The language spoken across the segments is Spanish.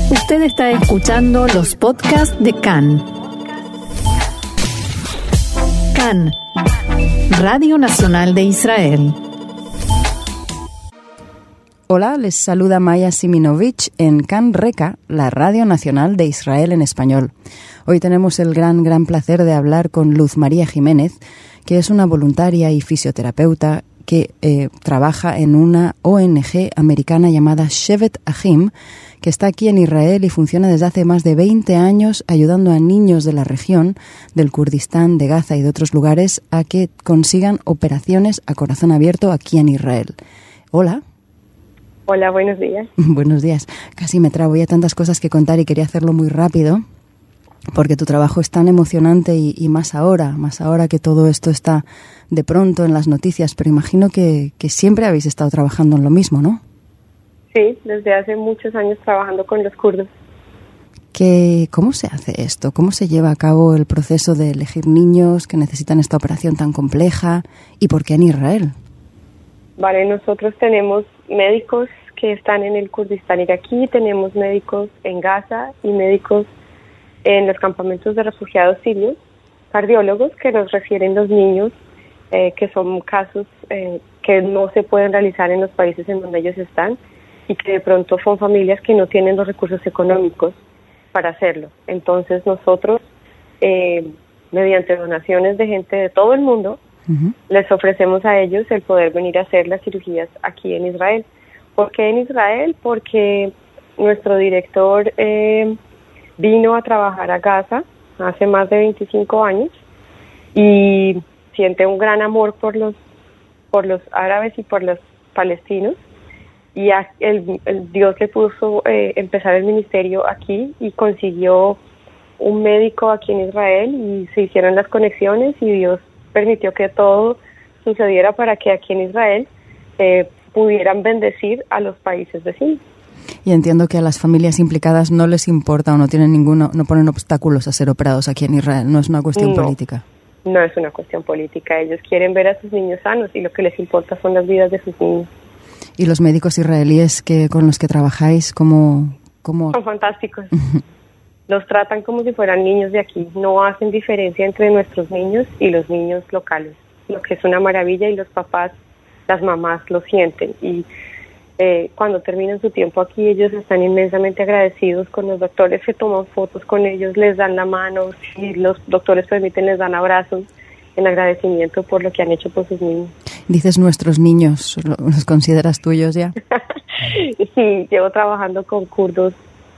Usted está escuchando los podcasts de CAN. CAN, Radio Nacional de Israel. Hola, les saluda Maya Siminovich en CAN Reca, la Radio Nacional de Israel en español. Hoy tenemos el gran placer de hablar con Luz María Jiménez, que es una voluntaria y fisioterapeuta que trabaja en una ONG americana llamada Shevet Achim, que está aquí en Israel y funciona desde hace más de 20 años ayudando a niños de la región, del Kurdistán, de Gaza y de otros lugares a que consigan operaciones a corazón abierto aquí en Israel. Hola. Hola, buenos días. Buenos días. Casi me trabo, ya tantas cosas que contar y quería hacerlo muy rápido porque tu trabajo es tan emocionante y más ahora que todo esto está de pronto en las noticias, pero imagino que siempre habéis estado trabajando en lo mismo, ¿no? Sí, desde hace muchos años trabajando con los kurdos. ¿Cómo se hace esto? ¿Cómo se lleva a cabo el proceso de elegir niños que necesitan esta operación tan compleja? ¿Y por qué en Israel? Vale, nosotros tenemos médicos que están en el Kurdistán iraquí, tenemos médicos en Gaza y médicos en los campamentos de refugiados sirios, cardiólogos que nos refieren los niños, que son casos que no se pueden realizar en los países en donde ellos están y que de pronto son familias que no tienen los recursos económicos para hacerlo. Entonces nosotros, mediante donaciones de gente de todo el mundo, les ofrecemos a ellos el poder venir a hacer las cirugías aquí en Israel. ¿Por qué en Israel? Porque nuestro director vino a trabajar a Gaza hace más de 25 años y siente un gran amor por los árabes y por los palestinos, y el Dios le puso empezar el ministerio aquí y consiguió un médico aquí en Israel y se hicieron las conexiones y Dios permitió que todo sucediera para que aquí en Israel pudieran bendecir a los países vecinos. Y entiendo que a las familias implicadas no les importa o no ponen obstáculos a ser operados aquí en Israel, no es una cuestión política. No es una cuestión política, ellos quieren ver a sus niños sanos y lo que les importa son las vidas de sus niños. ¿Y los médicos israelíes con los que trabajáis, cómo? Son fantásticos. Los tratan como si fueran niños de aquí, no hacen diferencia entre nuestros niños y los niños locales, lo que es una maravilla, y los papás, las mamás lo sienten, y cuando terminan su tiempo aquí ellos están inmensamente agradecidos con los doctores que toman fotos con ellos, les dan la mano, si los doctores permiten les dan abrazos en agradecimiento por lo que han hecho por sus niños. Dices nuestros niños, ¿los consideras tuyos ya? Sí, llevo trabajando con kurdos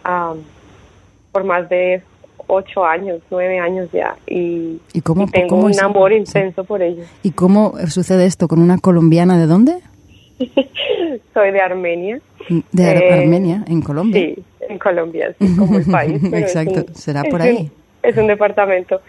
por más de 8 años, 9 años ya, y tengo un amor intenso por ellos. ¿Y cómo sucede esto con una colombiana de dónde? Soy de Armenia. ¿De Armenia? ¿En Colombia? Sí, en Colombia, sí, como el país. Pero exacto, será por ahí. Es un departamento.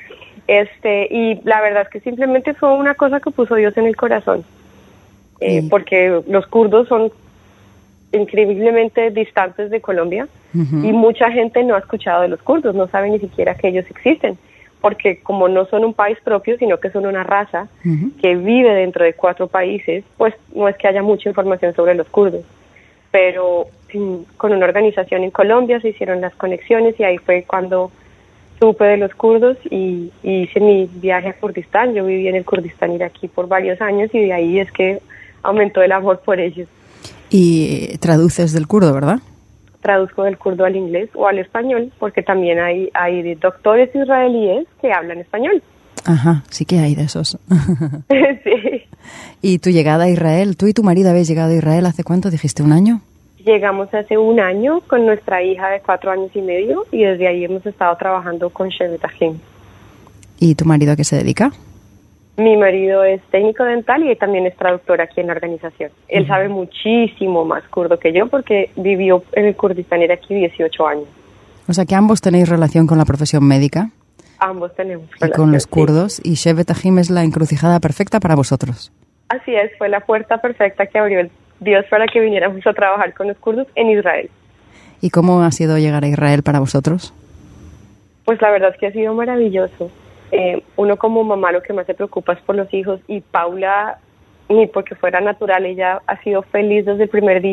Y la verdad es que simplemente fue una cosa que puso Dios en el corazón. Porque los kurdos son increíblemente distantes de Colombia y mucha gente no ha escuchado de los kurdos, no sabe ni siquiera que ellos existen, porque como no son un país propio, sino que son una raza que vive dentro de 4 países, pues no es que haya mucha información sobre los kurdos. Pero con una organización en Colombia se hicieron las conexiones y ahí fue cuando supe de los kurdos y hice mi viaje a Kurdistán. Yo viví en el Kurdistán iraquí por varios años y de ahí es que aumentó el amor por ellos. Y traduces del kurdo, ¿verdad? Traduzco del kurdo al inglés o al español, porque también hay doctores israelíes que hablan español. Ajá, sí que hay de esos. Sí. ¿Y tu llegada a Israel? ¿Tú y tu marido habéis llegado a Israel hace cuánto? ¿Dijiste 1 año? Llegamos hace 1 año con nuestra hija de 4 años y medio y desde ahí hemos estado trabajando con Shevet Achim. ¿Y tu marido a qué se dedica? Mi marido es técnico dental y también es traductor aquí en la organización. Él sabe muchísimo más kurdo que yo porque vivió en el Kurdistán iraquí 18 años. O sea que ambos tenéis relación con la profesión médica. Ambos tenemos relación. Y con los kurdos. Sí. Y Shevet Achim es la encrucijada perfecta para vosotros. Así es, fue la puerta perfecta que abrió Dios para que viniéramos a trabajar con los kurdos en Israel. ¿Y cómo ha sido llegar a Israel para vosotros? Pues la verdad es que ha sido maravilloso. Uno como mamá lo que más se preocupa es por los hijos, y Paula, ni porque fuera natural, ella ha sido feliz desde el primer día,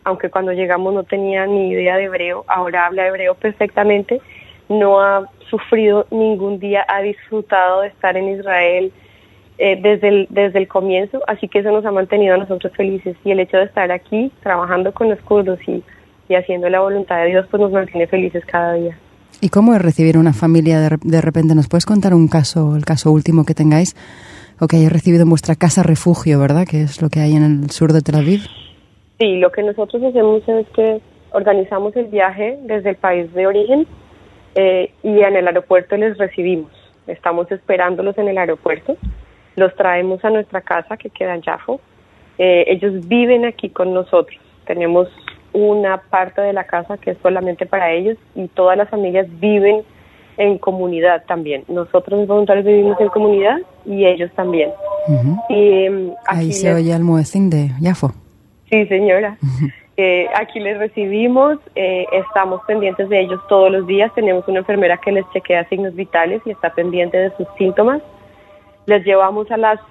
aunque cuando llegamos no tenía ni idea de hebreo, ahora habla hebreo perfectamente, no ha sufrido ningún día, ha disfrutado de estar en Israel desde el comienzo, así que eso nos ha mantenido a nosotros felices, y el hecho de estar aquí trabajando con los kurdos y haciendo la voluntad de Dios, pues nos mantiene felices cada día. ¿Y cómo es recibir una familia de repente? ¿Nos puedes contar un caso, el caso último que tengáis o que hayáis recibido en vuestra casa refugio, verdad? Que es lo que hay en el sur de Tel Aviv. Sí, lo que nosotros hacemos es que organizamos el viaje desde el país de origen y en el aeropuerto les recibimos. Estamos esperándolos en el aeropuerto, los traemos a nuestra casa que queda en Yafo. Ellos viven aquí con nosotros. Tenemos una parte de la casa que es solamente para ellos y todas las familias viven en comunidad también. Nosotros los voluntarios vivimos en comunidad y ellos también. Uh-huh. Y, ahí se oye el muezzin de Yafo. Sí, señora. Uh-huh. Aquí les recibimos, estamos pendientes de ellos todos los días. Tenemos una enfermera que les chequea signos vitales y está pendiente de sus síntomas. Les llevamos a las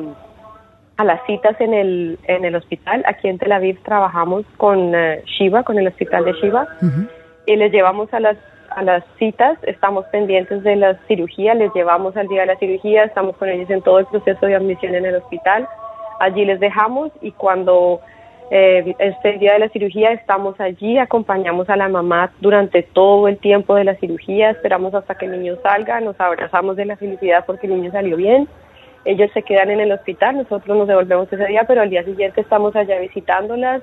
citas en el hospital. Aquí en Tel Aviv trabajamos con Shiva, con el hospital de Shiva, uh-huh. Y les llevamos a las citas, estamos pendientes de la cirugía, les llevamos al día de la cirugía, estamos con ellos en todo el proceso de admisión en el hospital. Allí les dejamos y cuando este día de la cirugía estamos allí, acompañamos a la mamá durante todo el tiempo de la cirugía, esperamos hasta que el niño salga, nos abrazamos de la felicidad porque el niño salió bien. Ellos se quedan en el hospital, nosotros nos devolvemos ese día, pero al día siguiente estamos allá visitándolas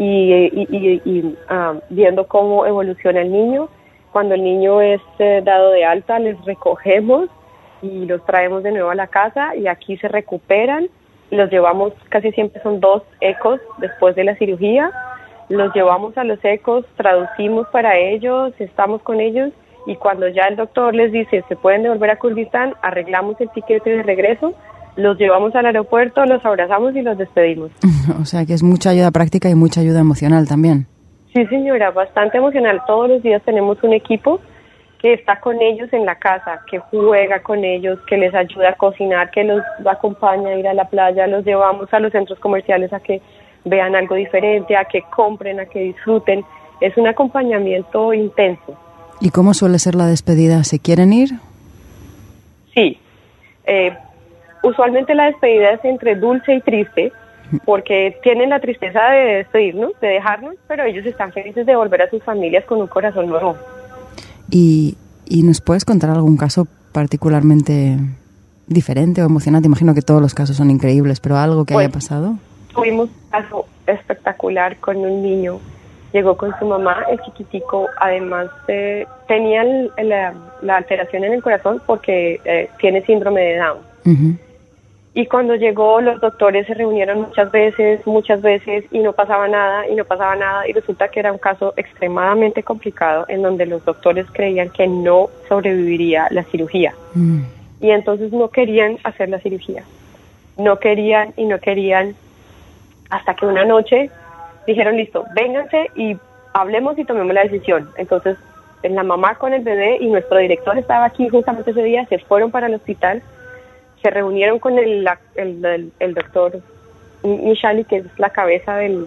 y viendo cómo evoluciona el niño. Cuando el niño es dado de alta, les recogemos y los traemos de nuevo a la casa y aquí se recuperan. Los llevamos, casi siempre son 2 ecos después de la cirugía. Los llevamos a los ecos, traducimos para ellos, estamos con ellos. Y cuando ya el doctor les dice se pueden devolver a Kurdistán, arreglamos el tiquete de regreso, los llevamos al aeropuerto, los abrazamos y los despedimos. O sea que es mucha ayuda práctica y mucha ayuda emocional también. Sí, señora, bastante emocional. Todos los días tenemos un equipo que está con ellos en la casa, que juega con ellos, que les ayuda a cocinar, que los acompaña a ir a la playa, los llevamos a los centros comerciales a que vean algo diferente, a que compren, a que disfruten. Es un acompañamiento intenso. ¿Y cómo suele ser la despedida? ¿Se quieren ir? Sí. Usualmente la despedida es entre dulce y triste, porque tienen la tristeza de despedirnos, de dejarnos, pero ellos están felices de volver a sus familias con un corazón nuevo. ¿Y nos puedes contar algún caso particularmente diferente o emocionante? Imagino que todos los casos son increíbles, pero algo que haya pasado. Tuvimos un caso espectacular con un niño. Llegó con su mamá, el chiquitico, además tenía la alteración en el corazón porque tiene síndrome de Down. Uh-huh. Y cuando llegó, los doctores se reunieron muchas veces, y no pasaba nada, y resulta que era un caso extremadamente complicado en donde los doctores creían que no sobreviviría la cirugía. Uh-huh. Y entonces no querían hacer la cirugía. No querían, hasta que una noche dijeron, listo, vénganse y hablemos y tomemos la decisión. Entonces, la mamá con el bebé y nuestro director estaba aquí justamente ese día, se fueron para el hospital, se reunieron con el doctor Mishali, que es la cabeza del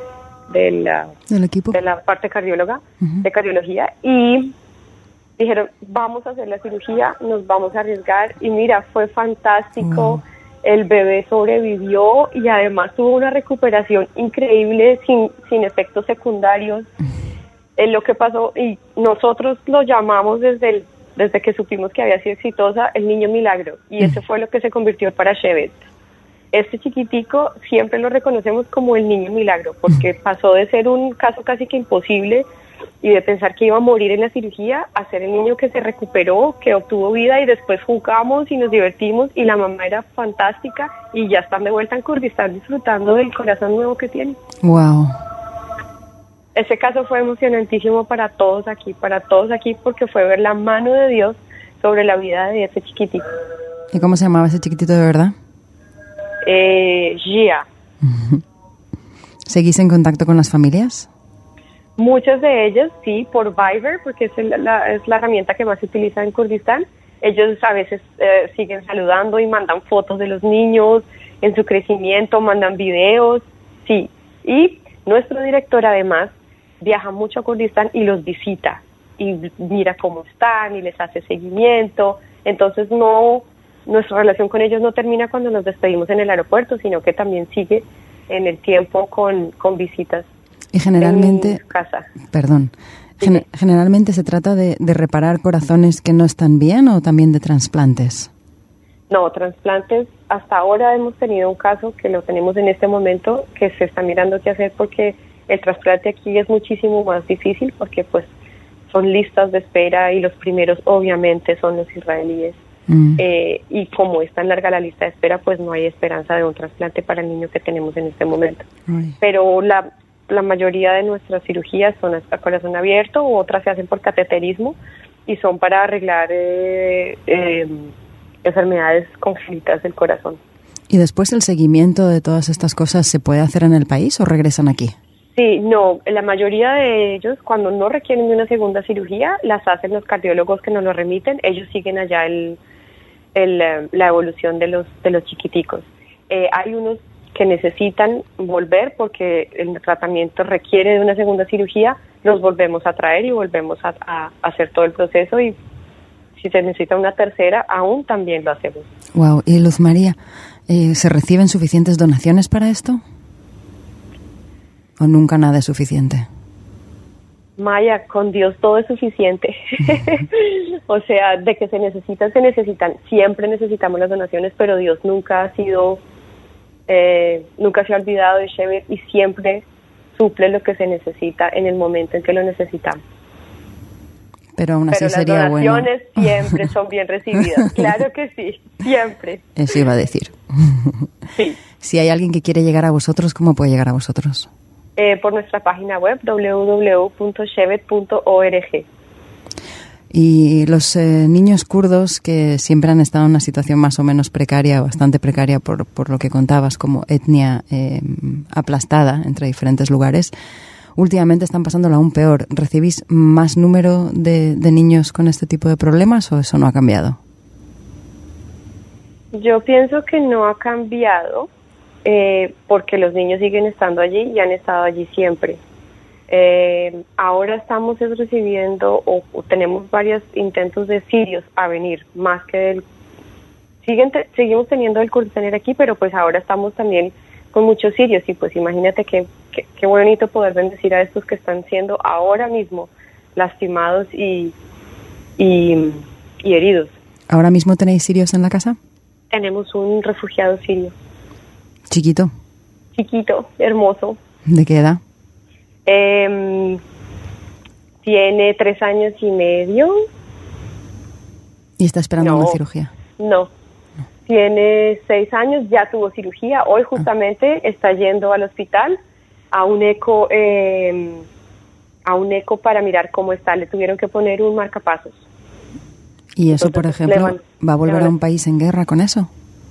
equipo, de la parte cardióloga, uh-huh. de cardiología, y dijeron, vamos a hacer la cirugía, nos vamos a arriesgar, y mira, fue fantástico. Uh-huh. El bebé sobrevivió y además tuvo una recuperación increíble sin efectos secundarios. Lo que pasó, y nosotros lo llamamos desde que supimos que había sido exitosa, el niño milagro, y ese fue lo que se convirtió para Shevet. Este chiquitico siempre lo reconocemos como el niño milagro, porque pasó de ser un caso casi que imposible y de pensar que iba a morir en la cirugía, a ser el niño que se recuperó, que obtuvo vida, y después jugamos y nos divertimos y la mamá era fantástica y ya están de vuelta en Kurdistán disfrutando del corazón nuevo que tiene. Wow. Ese caso fue emocionantísimo para todos aquí, porque fue ver la mano de Dios sobre la vida de ese chiquitito. ¿Y cómo se llamaba ese chiquitito de verdad? Gia. ¿Seguís en contacto con las familias? Muchas de ellas, sí, por Viber, porque es la herramienta que más se utiliza en Kurdistán. Ellos a veces siguen saludando y mandan fotos de los niños en su crecimiento, mandan videos, sí. Y Nuestro director además viaja mucho a Kurdistán y los visita y mira cómo están y les hace seguimiento. Entonces nuestra relación con ellos no termina cuando nos despedimos en el aeropuerto, sino que también sigue en el tiempo con visitas. Y generalmente, en casa. Perdón, generalmente se trata de reparar corazones que no están bien, o también de trasplantes. No, trasplantes, hasta ahora hemos tenido un caso que lo tenemos en este momento, que se está mirando qué hacer, porque el trasplante aquí es muchísimo más difícil, porque pues son listas de espera y los primeros obviamente son los israelíes. Y como es tan larga la lista de espera, pues no hay esperanza de un trasplante para el niño que tenemos en este momento. Pero la mayoría de nuestras cirugías son a corazón abierto, u otras se hacen por cateterismo y son para arreglar enfermedades congénitas del corazón. ¿Y después el seguimiento de todas estas cosas se puede hacer en el país o regresan aquí? Sí, no, la mayoría de ellos, cuando no requieren de una segunda cirugía, las hacen los cardiólogos que nos lo remiten. Ellos siguen allá la evolución de los chiquiticos. Hay unos que necesitan volver porque el tratamiento requiere de una segunda cirugía, los volvemos a traer y volvemos a hacer todo el proceso, y si se necesita una tercera, aún también lo hacemos. Wow. Y Luz María, ¿se reciben suficientes donaciones para esto? ¿O nunca nada es suficiente? Maya, con Dios todo es suficiente. O sea, de que se necesitan. Siempre necesitamos las donaciones, pero Dios nunca se ha olvidado de Shevet y siempre suple lo que se necesita en el momento en que lo necesitamos. Pero aún así sería bueno. Las donaciones siempre son bien recibidas. Claro que sí, siempre. Eso iba a decir. Sí. Si hay alguien que quiere llegar a vosotros, ¿cómo puede llegar a vosotros? Por nuestra página web www.shevet.org. Y los niños kurdos, que siempre han estado en una situación más o menos precaria, bastante precaria por lo que contabas, como etnia aplastada entre diferentes lugares, últimamente están pasándolo aún peor. ¿Recibís más número de niños con este tipo de problemas o eso no ha cambiado? Yo pienso que no ha cambiado, porque los niños siguen estando allí y han estado allí siempre. Ahora estamos recibiendo o tenemos varios intentos de sirios a venir, más que seguimos teniendo el Kurdistán aquí, pero pues ahora estamos también con muchos sirios, y pues imagínate qué bonito poder bendecir a estos que están siendo ahora mismo lastimados y heridos. ¿Ahora mismo tenéis sirios en la casa? Tenemos un refugiado sirio. ¿Chiquito? Chiquito, hermoso. ¿De qué edad? Tiene 3 años y medio. ¿Y está esperando una cirugía? No. Tiene 6 años, ya tuvo cirugía. Hoy justamente está yendo al hospital a un eco para mirar cómo está. Le tuvieron que poner un marcapasos. ¿Y eso, por ejemplo, va a volver a un país en guerra con eso?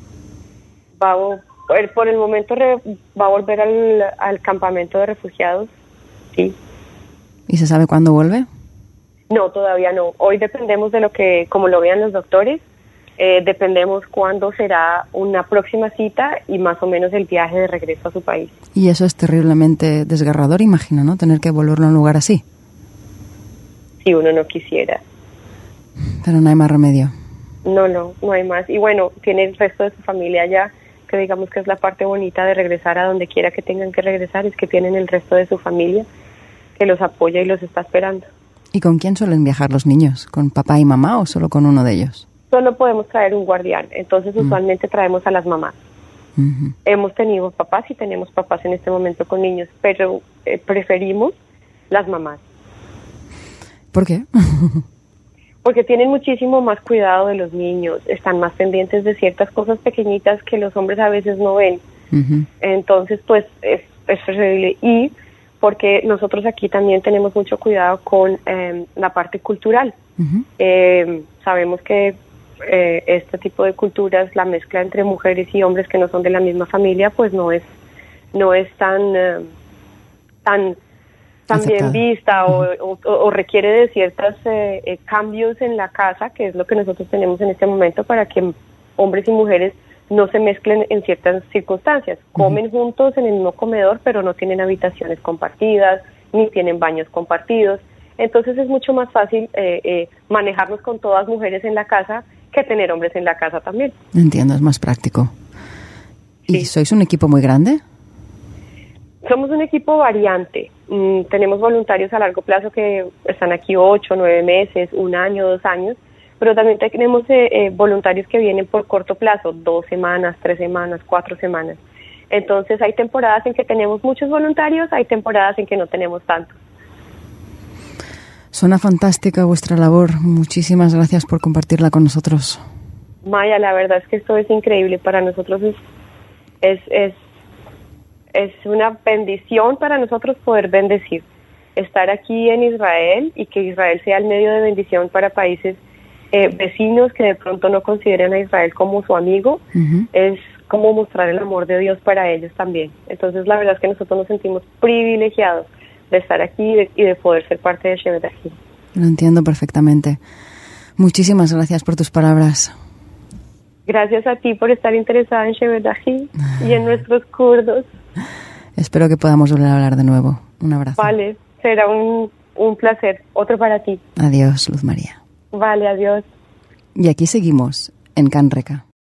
Por el momento va a volver al campamento de refugiados, sí. ¿Y se sabe cuándo vuelve? No, todavía no. Hoy dependemos de como lo vean los doctores, dependemos cuándo será una próxima cita y más o menos el viaje de regreso a su país. Y eso es terriblemente desgarrador, imagino, ¿no? Tener que volverlo a un lugar así. Si uno no quisiera. Pero no hay más remedio. No hay más. Y bueno, tiene el resto de su familia allá, que digamos que es la parte bonita de regresar a donde quiera que tengan que regresar, es que tienen el resto de su familia que los apoya y los está esperando. ¿Y con quién suelen viajar los niños? ¿Con papá y mamá o solo con uno de ellos? Solo podemos traer un guardián, entonces usualmente traemos a las mamás. Hemos tenido papás y tenemos papás en este momento con niños, pero preferimos las mamás. ¿Por qué? Porque tienen muchísimo más cuidado de los niños, están más pendientes de ciertas cosas pequeñitas que los hombres a veces no ven. Entonces, pues, es preferible. Y porque nosotros aquí también tenemos mucho cuidado con la parte cultural. Sabemos que este tipo de culturas, la mezcla entre mujeres y hombres que no son de la misma familia, pues no es tan bien vista o requiere de ciertos cambios en la casa, que es lo que nosotros tenemos en este momento para que hombres y mujeres no se mezclen en ciertas circunstancias. Comen juntos en el mismo comedor, pero no tienen habitaciones compartidas, ni tienen baños compartidos. Entonces es mucho más fácil manejarnos con todas mujeres en la casa que tener hombres en la casa también. Entiendo, es más práctico. Sí. ¿Y sois un equipo muy grande? Somos un equipo variante. Tenemos voluntarios a largo plazo que están aquí 8, 9 meses, 1 año, 2 años, pero también tenemos voluntarios que vienen por corto plazo, 2 semanas, 3 semanas, 4 semanas. Entonces hay temporadas en que tenemos muchos voluntarios, hay temporadas en que no tenemos tantos. Suena fantástica vuestra labor. Muchísimas gracias por compartirla con nosotros. Maya, la verdad es que esto es increíble. Para nosotros es una bendición para nosotros poder bendecir. Estar aquí en Israel y que Israel sea el medio de bendición para países vecinos que de pronto no consideran a Israel como su amigo, es como mostrar el amor de Dios para ellos también. Entonces la verdad es que nosotros nos sentimos privilegiados de estar aquí y de poder ser parte de Shevet Ahi. Lo entiendo perfectamente. Muchísimas gracias por tus palabras. Gracias a ti por estar interesada en Shevet Ahi y en nuestros kurdos. Espero que podamos volver a hablar de nuevo. Un abrazo. Vale, será un placer. Otro para ti. Adiós, Luz María. Vale, adiós. Y aquí seguimos, en Can Reca.